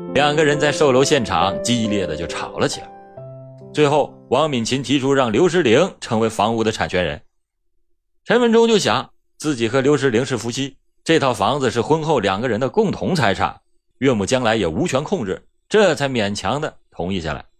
两个人在售楼现场激烈的就吵了起来。最后王敏琴提出让刘诗玲成为房屋的产权人。陈文忠就想自己和刘诗玲是夫妻，这套房子是婚后两个人的共同财产，岳母将来也无权控制，这才勉强的同意下来。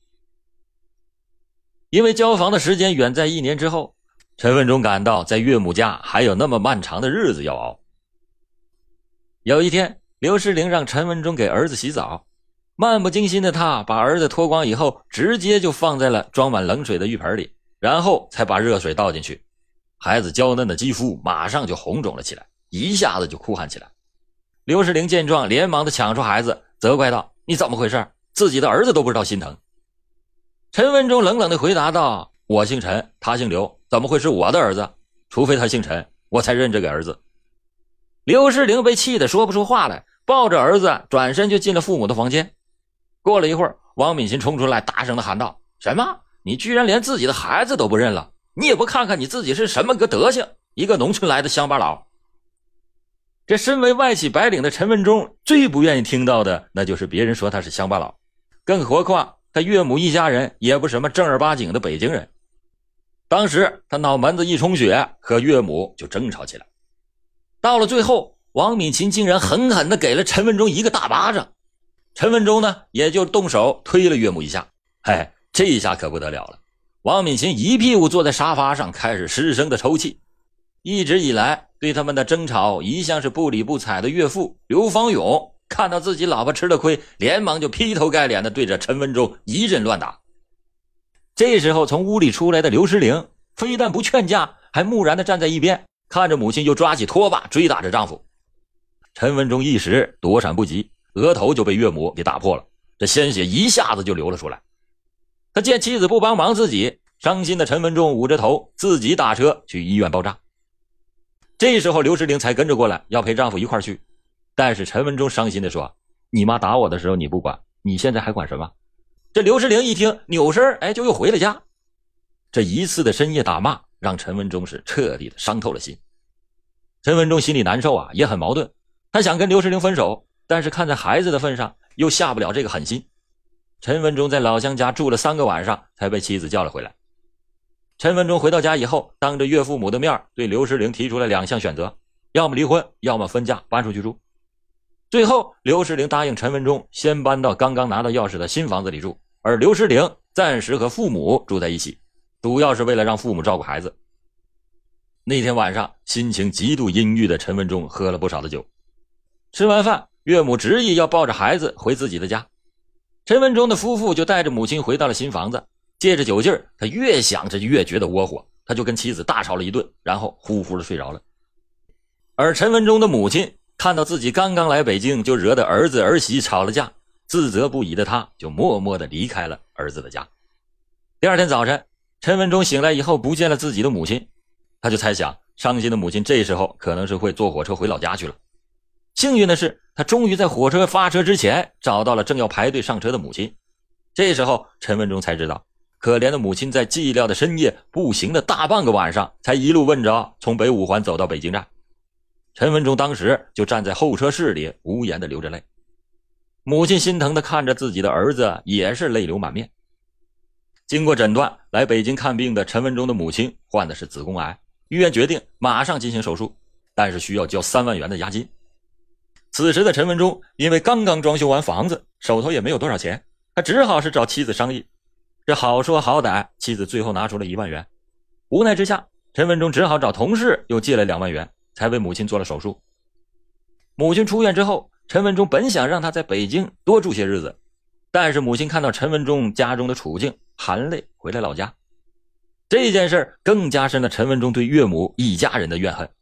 因为交房的时间远在1年之后，陈文忠感到在岳母家还有那么漫长的日子要熬。有一天，刘诗玲让陈文忠给儿子洗澡，漫不经心的他把儿子脱光以后，直接就放在了装满冷水的浴盆里，然后才把热水倒进去。孩子娇嫩的肌肤马上就红肿了起来，一下子就哭喊起来。刘诗玲见状连忙的抢出孩子，责怪道：你怎么回事？自己的儿子都不知道心疼。陈文忠冷冷的回答道：我姓陈，他姓刘，怎么会是我的儿子？除非他姓陈，我才认这个儿子。刘诗玲被气得说不出话来，抱着儿子转身就进了父母的房间。过了一会儿，王敏琴冲出来大声的喊道：什么？你居然连自己的孩子都不认了？你也不看看你自己是什么个德行，一个农村来的乡巴佬。这身为外企白领的陈文忠最不愿意听到的那就是别人说他是乡巴佬，更何况他岳母一家人也不是什么正儿八经的北京人。当时他脑门子一充血，和岳母就争吵起来。到了最后，王敏琴竟然狠狠地给了陈文忠一个大巴掌。陈文忠呢，也就动手推了岳母一下。这一下可不得了了。王敏琴一屁股坐在沙发上，开始失声的抽泣。一直以来对他们的争吵一向是不理不睬的岳父刘方勇，看到自己老婆吃了亏，连忙就劈头盖脸的对着陈文忠一阵乱打。这时候从屋里出来的刘诗玲非但不劝架，还木然的站在一边，看着母亲又抓起拖把追打着丈夫。陈文忠一时躲闪不及，额头就被岳母给打破了，这鲜血一下子就流了出来。他见妻子不帮忙自己，伤心的陈文忠捂着头自己打车去医院包扎。这时候刘诗玲才跟着过来，要陪丈夫一块去。但是陈文忠伤心地说：你妈打我的时候你不管，你现在还管什么？这刘诗玲一听，扭身就又回了家。这一次的深夜打骂让陈文忠是彻底的伤透了心。陈文忠心里难受啊，也很矛盾。他想跟刘诗玲分手，但是看在孩子的份上又下不了这个狠心。陈文忠在老乡家住了3个晚上，才被妻子叫了回来。陈文忠回到家以后，当着岳父母的面对刘诗玲提出了2项选择，要么离婚，要么分家搬出去住。最后刘诗玲答应陈文忠先搬到刚刚拿到钥匙的新房子里住，而刘诗玲暂时和父母住在一起，主要是为了让父母照顾孩子。那天晚上心情极度阴郁的陈文忠喝了不少的酒。吃完饭，岳母执意要抱着孩子回自己的家。陈文忠的夫妇就带着母亲回到了新房子，借着酒劲儿，他越想着就越觉得窝火，他就跟妻子大吵了一顿，然后呼呼的睡着了。而陈文忠的母亲看到自己刚刚来北京就惹得儿子儿媳吵了架，自责不已的他就默默的离开了儿子的家。第二天早晨，陈文忠醒来以后不见了自己的母亲，他就猜想伤心的母亲这时候可能是会坐火车回老家去了。幸运的是，他终于在火车发车之前找到了正要排队上车的母亲。这时候陈文忠才知道，可怜的母亲在寂寥的深夜步行了大半个晚上，才一路问着从北五环走到北京站。陈文忠当时就站在候车室里无言地流着泪。母亲心疼地看着自己的儿子，也是泪流满面。经过诊断，来北京看病的陈文忠的母亲患的是子宫癌，医院决定马上进行手术，但是需要交3万元的押金。此时的陈文忠因为刚刚装修完房子，手头也没有多少钱，他只好是找妻子商议。这好说好歹，妻子最后拿出了1万元。无奈之下，陈文忠只好找同事又借了2万元，才为母亲做了手术。母亲出院之后，陈文忠本想让他在北京多住些日子，但是母亲看到陈文忠家中的处境，含泪回了老家。这件事更加深了陈文忠对岳母一家人的怨恨。